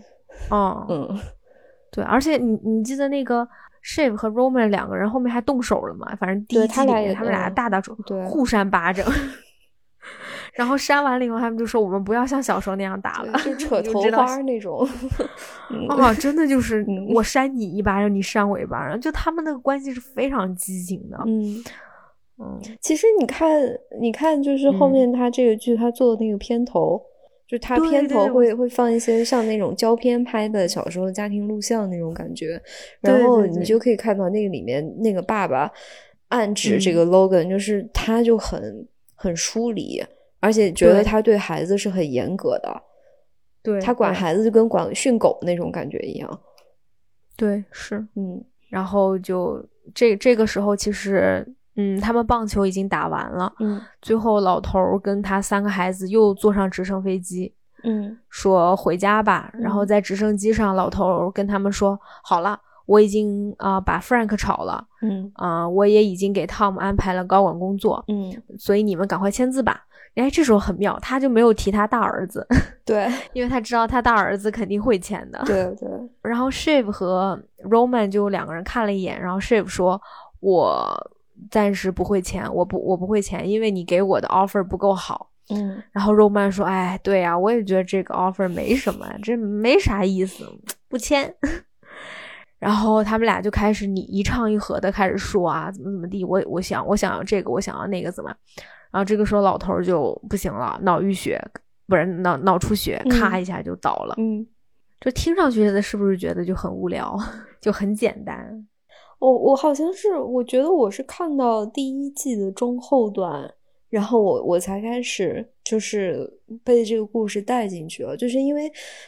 A: 对，而且你记得那个 Shiv 和 Roman 2个人后面还动手了嘛？反正第1季里面他们俩大手互扇巴掌，然后扇完了以后他们就说我们不要像小时候那样打了，
B: 就扯头花那种。
A: 真的就是我扇你一巴掌你扇我一巴掌，就他们那个关系是非常激情的。
B: 其实你看就是后面他这个剧他做的那个片头，就他片头会放一些像那种胶片拍的小时候的家庭录像那种感觉，然后你就可以看到那个里面那个爸爸暗指这个 Logan，就是他就很疏离，而且觉得他对孩子是很严格的。
A: 对，
B: 他管孩子就跟训狗那种感觉一样。
A: 对，是。然后就这个时候其实他们棒球已经打完了。最后老头跟他3个孩子又坐上直升飞机，说回家吧。然后在直升机上，老头跟他们说，好了，我已经把 Frank 炒了，我也已经给 Tom 安排了高管工作，所以你们赶快签字吧。这时候很妙，他就没有提他大儿子。
B: 对，
A: 因为他知道他大儿子肯定会签的。
B: 对。
A: 然后 Shiv 和 Roman 就2个人看了一眼，然后 Shiv 说，我暂时不会签，我不会签，因为你给我的 offer 不够好。然后 Roman 说，哎，对啊，我也觉得这个 offer 没什么，这没啥意思，不签。然后他们俩就开始你一唱一和的开始说啊，怎么地，我想要这个，我想要那个，怎么。然后这个时候老头就不行了，脑淤血，不是脑出血，咔一下就倒了。就听上去是不是觉得就很无聊，就很简单。
B: 我好像是，我觉得我是看到第1季的中后段，然后我才开始就是被这个故事带进去了，就是因为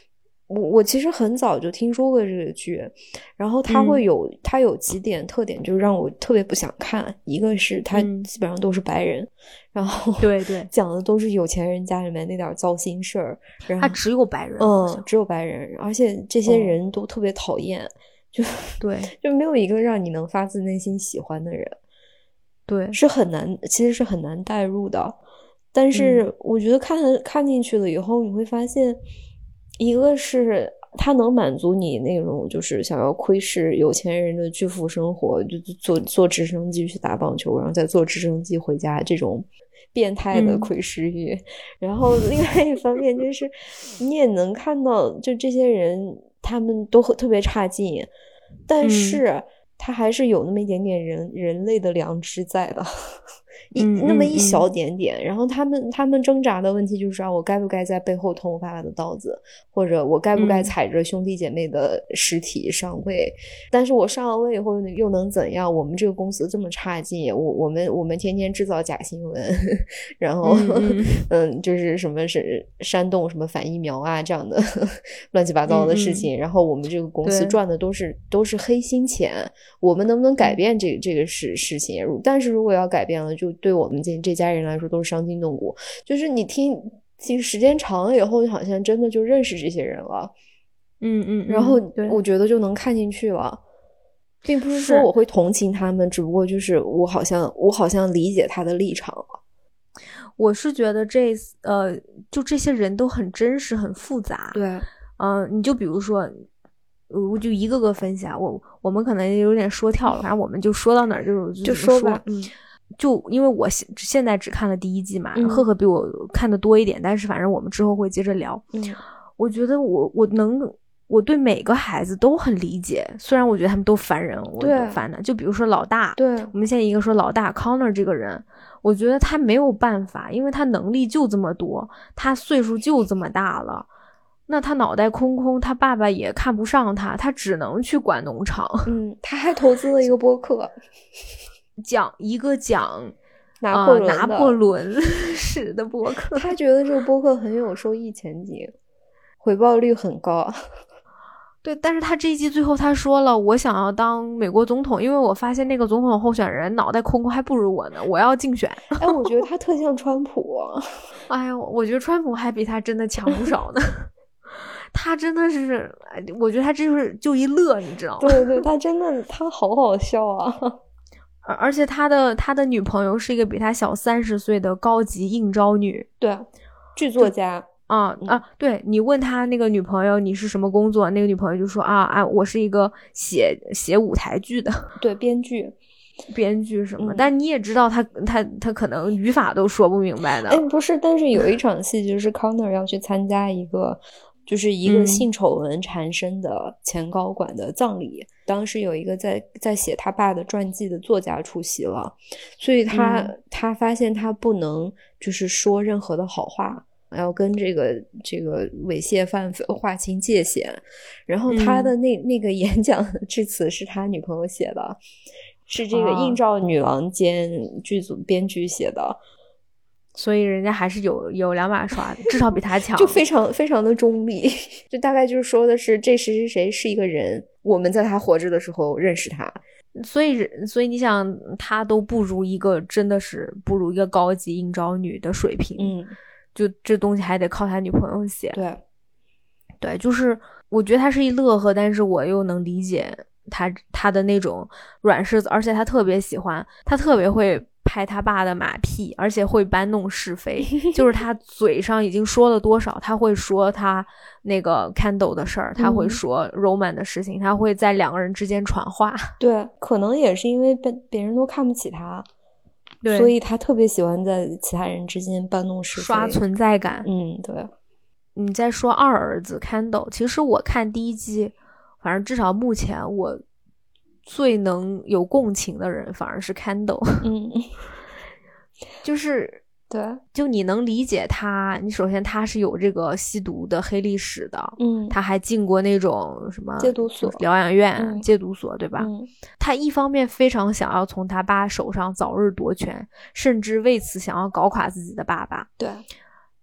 B: 我其实很早就听说过这个剧，然后它有几点特点，就让我特别不想看。一个是它基本上都是白人，然后
A: 对
B: 讲的都是有钱人家里面那点糟心事儿。
A: 他只有白人，
B: 只有白人，而且这些人都特别讨厌，
A: 对，
B: 就没有一个让你能发自内心喜欢的人。
A: 对，
B: 是很难，其实是很难代入的。但是我觉得看进去了以后，你会发现，一个是它能满足你那种就是想要窥视有钱人的巨富生活，就坐直升机去打棒球，然后再坐直升机回家这种变态的窥视欲。然后另外一方面就是你也能看到，就这些人他们都特别差劲，但是他还是有那么一点点人类的良知在的。那么一小点点，然后他们挣扎的问题就是我该不该在背后捅我爸爸的刀子，或者我该不该踩着兄弟姐妹的尸体上位，但是我上了位以后又能怎样？我们这个公司这么差劲，我们天天制造假新闻，然后就是什么是煽动什么反疫苗啊这样的乱七八糟的事情，然后我们这个公司赚的都是黑心钱，我们能不能改变这个事情？但是如果要改变了，就对我们这家人来说都是伤筋动骨。就是你听时间长了以后，好像真的就认识这些人了。然后我觉得就能看进去了，并不是说我会同情他们，只不过就是我好像理解他的立场了。
A: 我是觉得就这些人都很真实很复杂。
B: 对，
A: 你就比如说我就一个个分析，我们可能有点说跳了，反正我们就说到哪儿就
B: 说吧。
A: 就因为我现在只看了第一季嘛，赫赫比我看的多一点，但是反正我们之后会接着聊。我觉得我对每个孩子都很理解，虽然我觉得他们都烦人，我都烦的。就比如说老大，
B: 对，
A: 我们现在一个说老大 Connor 这个人，我觉得他没有办法，因为他能力就这么多，他岁数就这么大了，那他脑袋空空，他爸爸也看不上他，他只能去管农场。
B: 他还投资了一个播客，
A: 讲拿破仑史的播客。
B: 他觉得这个播客很有收益前景，回报率很高。
A: 对，但是他这一季最后他说了，我想要当美国总统，因为我发现那个总统候选人脑袋空空还不如我呢，我要竞选。
B: 我觉得他特像川普。
A: 哎呀，我觉得川普还比他真的强不少呢。他真的是，我觉得他就一乐，你知道吗？
B: 对，他好好笑啊。
A: 而且他的女朋友是一个比他小30岁的高级应招女，
B: 对，剧作家。
A: 对，你问他那个女朋友你是什么工作，那个女朋友就说我是一个写舞台剧的，
B: 对，编剧
A: 什么，但你也知道他可能语法都说不明白的。
B: 不是，但是有一场戏就是 Connor 要去参加一个性丑闻缠身的前高管的葬礼，当时有一个在写他爸的传记的作家出席了，所以他发现他不能就是说任何的好话，要跟这个猥亵犯划清界限。然后他的那个演讲致辞是他女朋友写的，是这个映照女郎兼剧组编剧写的。
A: 所以人家还是有两把刷的，至少比他强。
B: 就非常非常的中立，就大概就是说的是这谁是一个人，我们在他活着的时候认识他。
A: 所以你想，他都不如一个高级应招女的水平。就这东西还得靠他女朋友写。对，就是我觉得他是一乐呵，但是我又能理解他的那种软柿子，而且他特别喜欢，他特别会拍他爸的马屁，而且会搬弄是非。就是他嘴上已经说了多少，他会说他那个 Kendall 的事儿，他会说 Roman 的事情，他会在两个人之间传话。
B: 对，可能也是因为别人都看不起他，
A: 对，
B: 所以他特别喜欢在其他人之间搬弄是非，
A: 刷存在感。
B: 对。
A: 你在说二儿子 Kendall， 其实我看第一季，反正至少目前我最能有共情的人反而是 Kendall。就是
B: 对，
A: 就你能理解他，你首先他是有这个吸毒的黑历史的，他还进过那种什么
B: 戒毒所、
A: 疗养院、戒毒所，对吧？他一方面非常想要从他爸手上早日夺权，甚至为此想要搞垮自己的爸爸。
B: 对。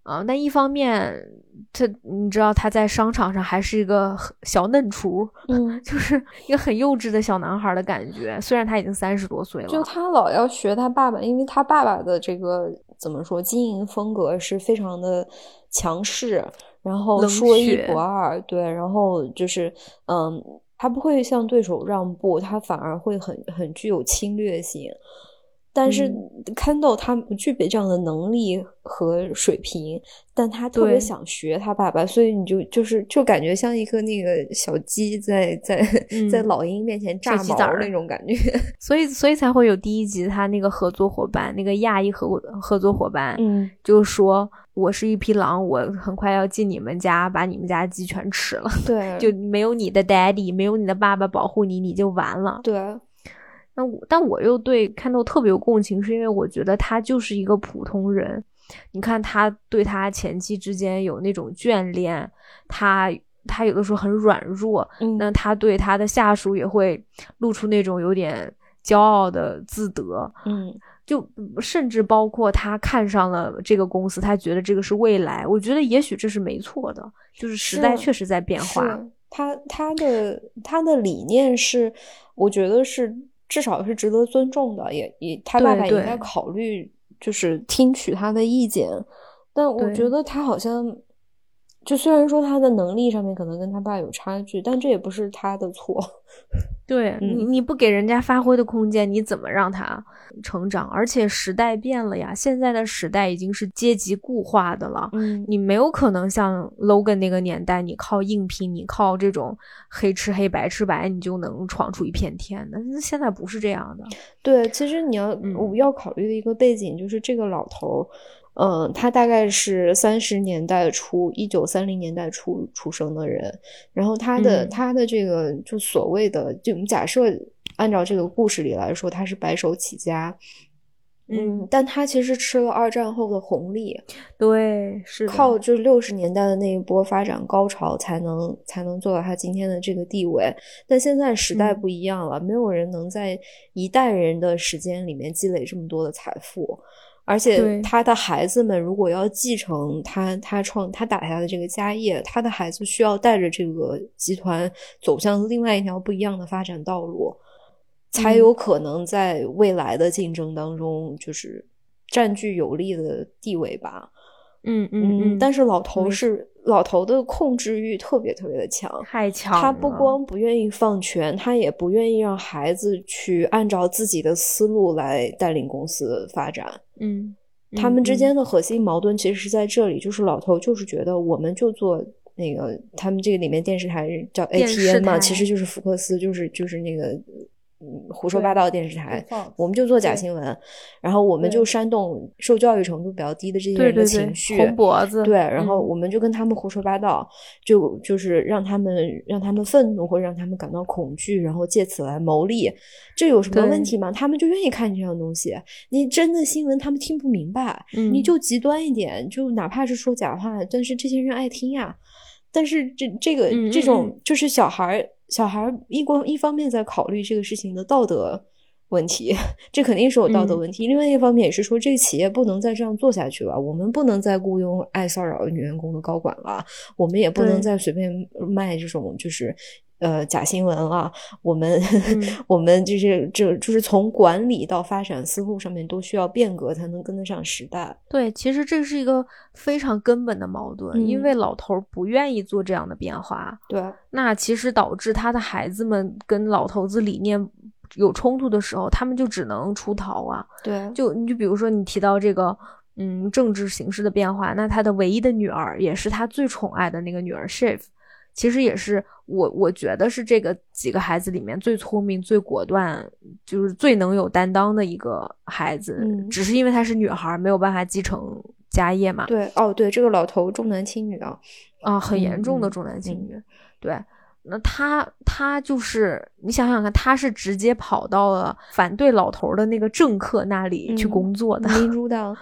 A: 但一方面你知道他在商场上还是一个小嫩雏，就是一个很幼稚的小男孩的感觉，虽然他已经30多岁了。
B: 就他老要学他爸爸，因为他爸爸的这个怎么说经营风格是非常的强势，然后说一不二，对，然后就是他不会向对手让步，他反而会很具有侵略性。但是看到他不具备这样的能力和水平，但他特别想学他爸爸，所以你就感觉像一个那个小鸡在老鹰面前炸毛那种感觉。
A: 所以才会有第一集他那个合作伙伴，那个亚裔合作伙伴，就说我是一匹狼，我很快要进你们家，把你们家鸡全吃了。
B: 对，
A: 就没有你的 daddy， 没有你的爸爸保护你，你就完了。
B: 对。
A: 但我又对看到特别有共情，是因为我觉得他就是一个普通人。你看他对他前妻之间有那种眷恋，他有的时候很软弱，那他对他的下属也会露出那种有点骄傲的自得，就甚至包括他看上了这个公司，他觉得这个是未来。我觉得也许这是没错的，就是时代确实在变化。
B: 他的理念是，我觉得是至少是值得尊重的，也他爸爸也应该考虑，就是听取他的意见。但我觉得他好像，就虽然说他的能力上面可能跟他爸有差距，但这也不是他的错。
A: 对，你不给人家发挥的空间，你怎么让他成长？而且时代变了呀，现在的时代已经是阶级固化的了。你没有可能像 Logan 那个年代，你靠硬拼，你靠这种黑吃黑白吃白，你就能闯出一片天的。现在不是这样的。
B: 对，其实我要考虑的一个背景就是这个老头。他大概是30年代初1930年代初出生的人，然后他的这个就所谓的，就我们假设按照这个故事里来说，他是白手起家，但他其实吃了2战后的红利，
A: 对，是
B: 靠就是60年代的那一波发展高潮才能做到他今天的这个地位。但现在时代不一样了，没有人能在一代人的时间里面积累这么多的财富。而且他的孩子们如果要继承他打下的这个家业，他的孩子需要带着这个集团走向另外一条不一样的发展道路，才有可能在未来的竞争当中就是占据有利的地位吧。但是老头的控制欲特别特别的强，
A: 太强了。
B: 他不光不愿意放权，他也不愿意让孩子去按照自己的思路来带领公司发展。他们之间的核心矛盾其实是在这里，就是老头就是觉得我们就做那个，他们这个里面电视台叫 ATN 嘛，其实就是福克斯，就是那个胡说八道电视台，我们就做假新闻，然后我们就煽动受教育程度比较低的这些人的情绪，
A: 红脖子，
B: 对，然后我们就跟他们胡说八道，就是让他们愤怒，或者让他们感到恐惧，然后借此来牟利，这有什么问题吗？他们就愿意看这样的东西。你真的新闻他们听不明白，你就极端一点，就哪怕是说假话，但是这些人爱听呀。但是这种就是小孩一方面在考虑这个事情的道德问题，这肯定是有道德问题，另外一方面也是说这个企业不能再这样做下去了，我们不能再雇佣爱骚扰女员工的高管了，我们也不能再随便卖这种就是假新闻了，我们就是从管理到发展思路上面都需要变革才能跟得上时代。
A: 对，其实这是一个非常根本的矛盾，因为老头不愿意做这样的变化，
B: 对，
A: 那其实导致他的孩子们跟老头子理念有冲突的时候，他们就只能出逃啊。
B: 对，
A: 你就比如说你提到这个政治形势的变化，那他的唯一的女儿也是他最宠爱的那个女儿 Shiv， 其实也是我觉得是这个几个孩子里面最聪明最果断，就是最能有担当的一个孩子，只是因为她是女孩没有办法继承家业嘛。
B: 对，对，这个老头重男轻女
A: 很严重的重男轻女。对，那他就是你想想看，他是直接跑到了反对老头的那个政客那里去工作的，
B: 民主党。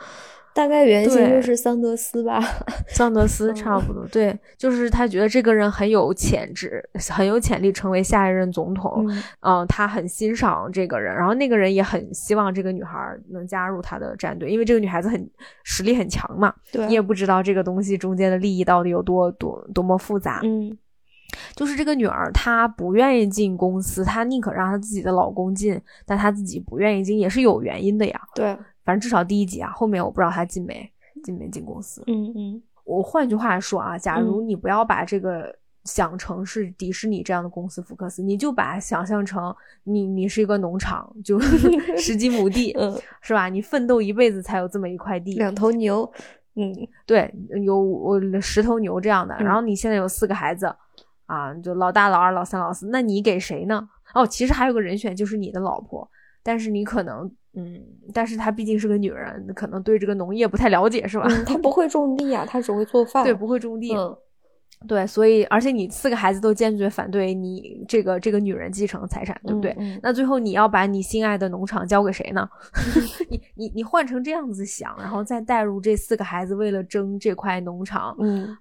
B: 大概原型就是桑德斯吧，
A: 桑德斯差不多，对，就是他觉得这个人很有潜质，很有潜力成为下一任总统，他很欣赏这个人，然后那个人也很希望这个女孩能加入他的战队，因为这个女孩子实力很强嘛，
B: 对，
A: 你也不知道这个东西中间的利益到底有多么复杂，就是这个女儿她不愿意进公司，她宁可让她自己的老公进，但她自己不愿意进也是有原因的呀，
B: 对。
A: 反正至少第一集啊，后面我不知道他进没进公司。我换句话说啊，假如你不要把这个想成是迪士尼这样的公司福克斯，你就把它想象成你是一个农场，就10几亩地，是吧？你奋斗一辈子才有这么一块地
B: ，2头牛，
A: 对，有10头牛这样的，然后你现在有4个孩子啊，就老大、老二、老三、老四，那你给谁呢？哦，其实还有个人选就是你的老婆，但是你可能。但是她毕竟是个女人，可能对这个农业不太了解，是吧？
B: 她不会种地啊，她只会做饭。
A: 对，不会种地。对，所以而且你4个孩子都坚决反对你这个女人继承财产，对不对？那最后你要把你心爱的农场交给谁呢？你换成这样子想，然后再带入这4个孩子为了争这块农场，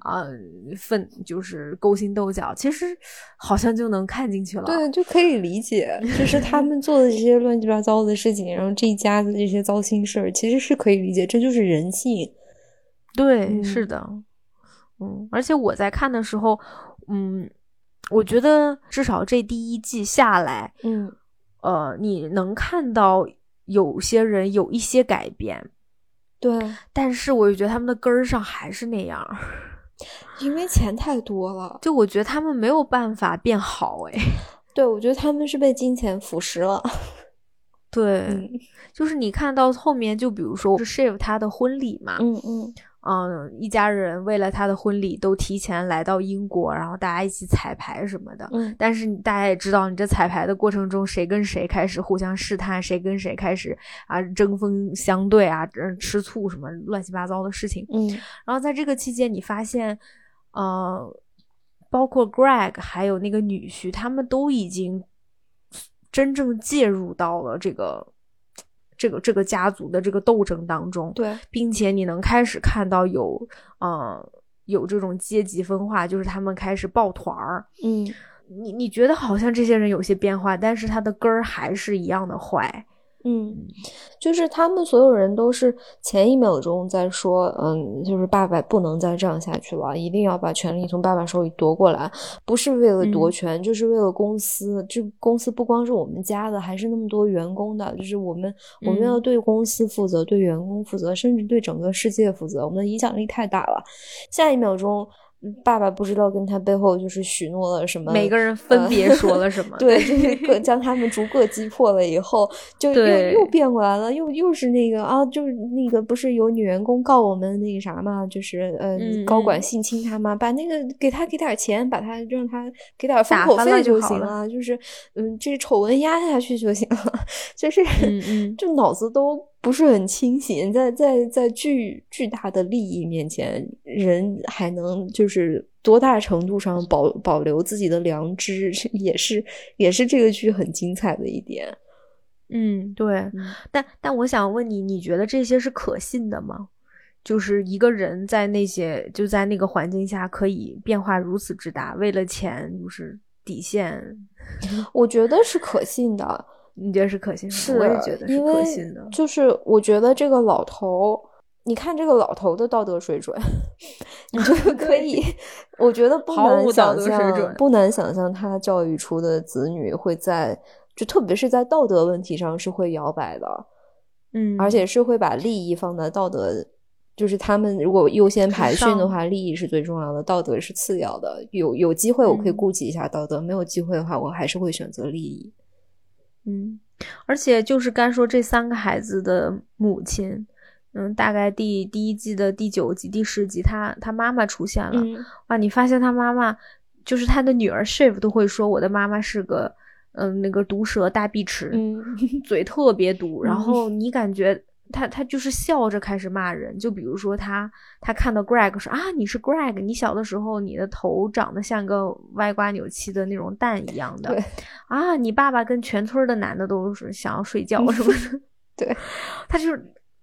A: 就是勾心斗角，其实好像就能看进去了。
B: 对，就可以理解，就是他们做的这些乱七八糟的事情，然后这一家子这些糟心事儿，其实是可以理解，这就是人性。
A: 对，是的。而且我在看的时候，我觉得至少这第一季下来，你能看到有些人有一些改变，
B: 对，
A: 但是我就觉得他们的根儿上还是那样，
B: 因为钱太多了，
A: 就我觉得他们没有办法变好，
B: 对，我觉得他们是被金钱腐蚀了。
A: 对，就是你看到后面，就比如说是 Shiv 他的婚礼嘛，一家人为了他的婚礼都提前来到英国，然后大家一起彩排什么的。但是大家也知道，你这彩排的过程中，谁跟谁开始互相试探，谁跟谁开始针锋相对啊，吃醋什么乱七八糟的事情。然后在这个期间，你发现，包括 Greg 还有那个女婿，他们都已经真正介入到了这个家族的这个斗争当中，
B: 对，
A: 并且你能开始看到有这种阶级分化，就是他们开始抱团儿。你觉得好像这些人有些变化，但是他的根儿还是一样的坏。
B: 就是他们所有人都是前一秒钟在说，就是爸爸不能再这样下去了，一定要把权力从爸爸手里夺过来，不是为了夺权，就是为了公司。这公司不光是我们家的，还是那么多员工的，就是我们要对公司负责，对员工负责，甚至对整个世界负责，我们的影响力太大了。下一秒钟爸爸不知道跟他背后就是许诺了什么，
A: 每个人分别说了什么，
B: 对，就是将他们逐个击破了以后，就又变过来了，又是那个啊，就是那个不是有女员工告我们那个啥嘛，就是高管性侵他嘛，把那个给点钱，把他让他给点封口费就行了，就是这丑闻压下去就行了，就是就脑子都不是很清醒，在巨大的利益面前，人还能就是多大程度上保留自己的良知，也是这个剧很精彩的一点。
A: 对。但我想问你，你觉得这些是可信的吗？就是一个人在那个环境下可以变化如此之大，为了钱就是底线。
B: 我觉得是可信的。
A: 你觉得是可信的？
B: 是，
A: 我也觉得是可信的。
B: 就是我觉得这个老头，你看这个老头的道德水准，你就可以，我觉得不难想象他教育出的子女会就特别是在道德问题上是会摇摆的，而且是会把利益放在道德，就是他们如果优先排序的话，利益是最重要的，道德是次要的。有机会我可以顾及一下道德，没有机会的话，我还是会选择利益。
A: 而且就是该说这3个孩子的母亲，大概第一季的第9集、第10集，他妈妈出现了。哇，你发现他妈妈就是他的女儿 Shiv 都会说，我的妈妈是个那个毒舌大碧池，嘴特别毒。然后你感觉他就是笑着开始骂人，就比如说他看到 Greg 说你是 Greg， 你小的时候你的头长得像个歪瓜扭曲的那种蛋一样的，你爸爸跟全村的男的都是想要睡觉什么的，
B: 对，
A: 他就是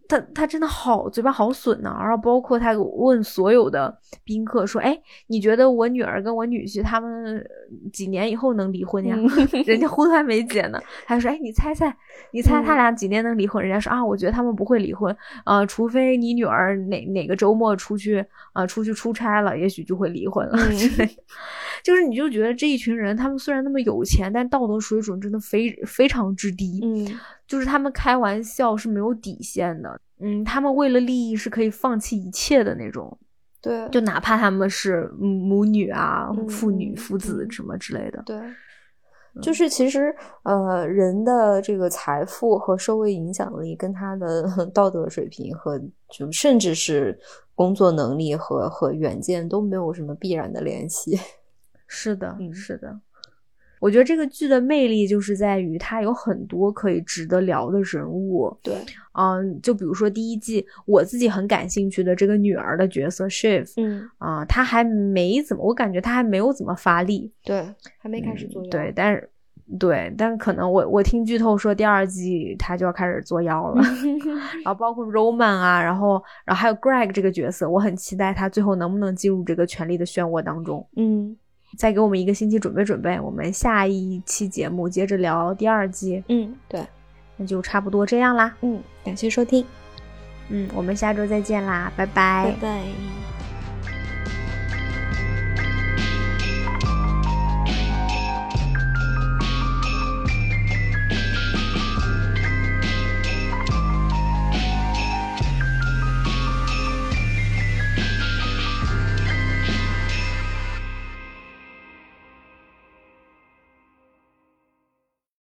A: 他真的好嘴巴好损呐，然后包括他问所有的宾客说，哎，你觉得我女儿跟我女婿他们几年以后能离婚呀？人家婚还没结呢，他说，哎，你猜他俩几年能离婚？人家说啊，我觉得他们不会离婚，除非你女儿哪个周末出去出差了，也许就会离婚了之类的。就是你就觉得这一群人，他们虽然那么有钱，但道德水准真的非常之低。就是他们开玩笑是没有底线的。他们为了利益是可以放弃一切的那种。
B: 对，
A: 就哪怕他们是母女啊、父女、父子什么之类的。
B: 对，就是其实人的这个财富和社会影响力跟他的道德水平和就甚至是工作能力和远见都没有什么必然的联系。
A: 是的，是的。我觉得这个剧的魅力就是在于它有很多可以值得聊的人物。
B: 对，
A: 就比如说第一季我自己很感兴趣的这个女儿的角色 Shiv， 她还没怎么，我感觉她还没有怎么发力。
B: 对，还没开始作妖。
A: 但可能我听剧透说第2季她就要开始作妖了。然后包括 Roman 啊，然后还有 Greg 这个角色，我很期待他最后能不能进入这个权力的漩涡当中。再给我们1个星期准备，我们下一期节目接着聊第2季。
B: 对，
A: 那就差不多这样啦。
B: 感谢收听。
A: 我们下周再见啦，拜拜。
B: 拜拜。